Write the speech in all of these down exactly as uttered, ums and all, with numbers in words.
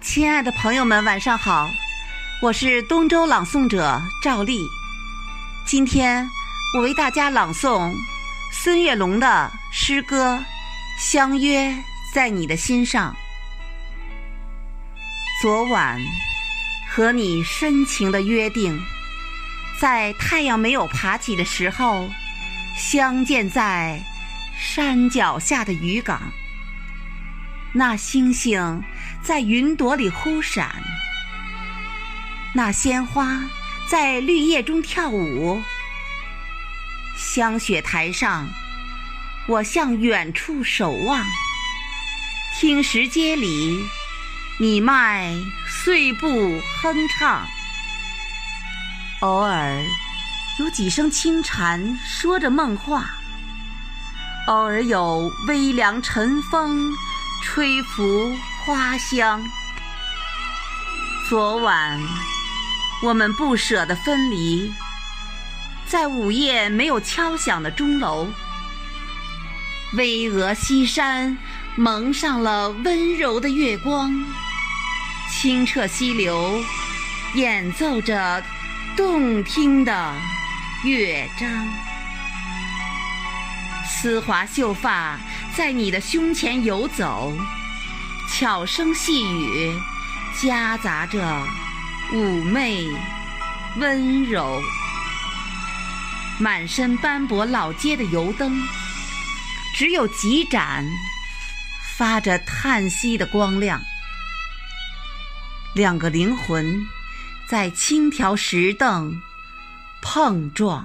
亲爱的朋友们，晚上好，我是东周朗诵者赵丽。今天我为大家朗诵孙月龙的诗歌《相约在你的心上》。昨晚和你深情的约定，在太阳没有爬起的时候，相见在山脚下的渔港。那星星在云朵里忽闪，那鲜花在绿叶中跳舞。香雪台上，我向远处守望，听石阶里你迈碎步哼唱。偶尔有几声轻蝉说着梦话，偶尔有微凉晨风吹拂花香。昨晚我们不舍得分离，在午夜没有敲响的钟楼，巍峨西山蒙上了温柔的月光，清澈溪流演奏着动听的乐章。丝滑秀发在你的胸前游走，悄声细语夹杂着妩媚温柔。满身斑驳老街的油灯，只有几盏发着叹息的光亮。两个灵魂在轻条石凳碰撞。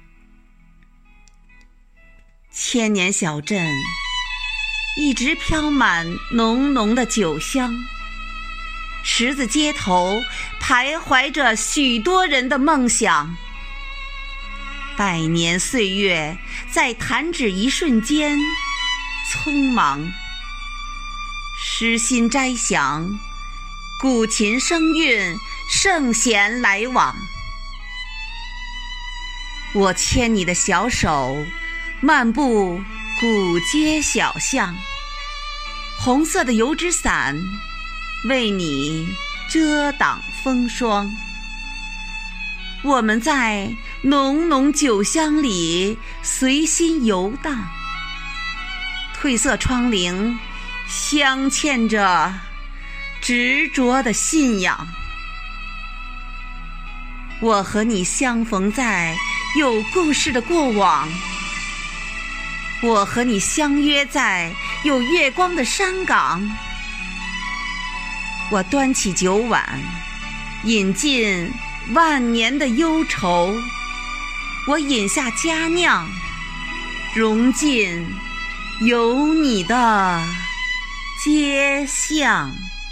千年小镇一直飘满浓浓的酒香，十字街头徘徊着许多人的梦想。百年岁月在弹指一瞬间匆忙，诗心斋响，古琴声韵，圣贤来往。我牵你的小手，漫步古街小巷，红色的油纸伞为你遮挡风霜。我们在浓浓酒香里随心游荡，褪色窗棂镶嵌着执着的信仰。我和你相逢在有故事的过往，我和你相约在有月光的山岗。我端起酒碗，饮尽万年的忧愁，我饮下佳酿，融进有你的街巷。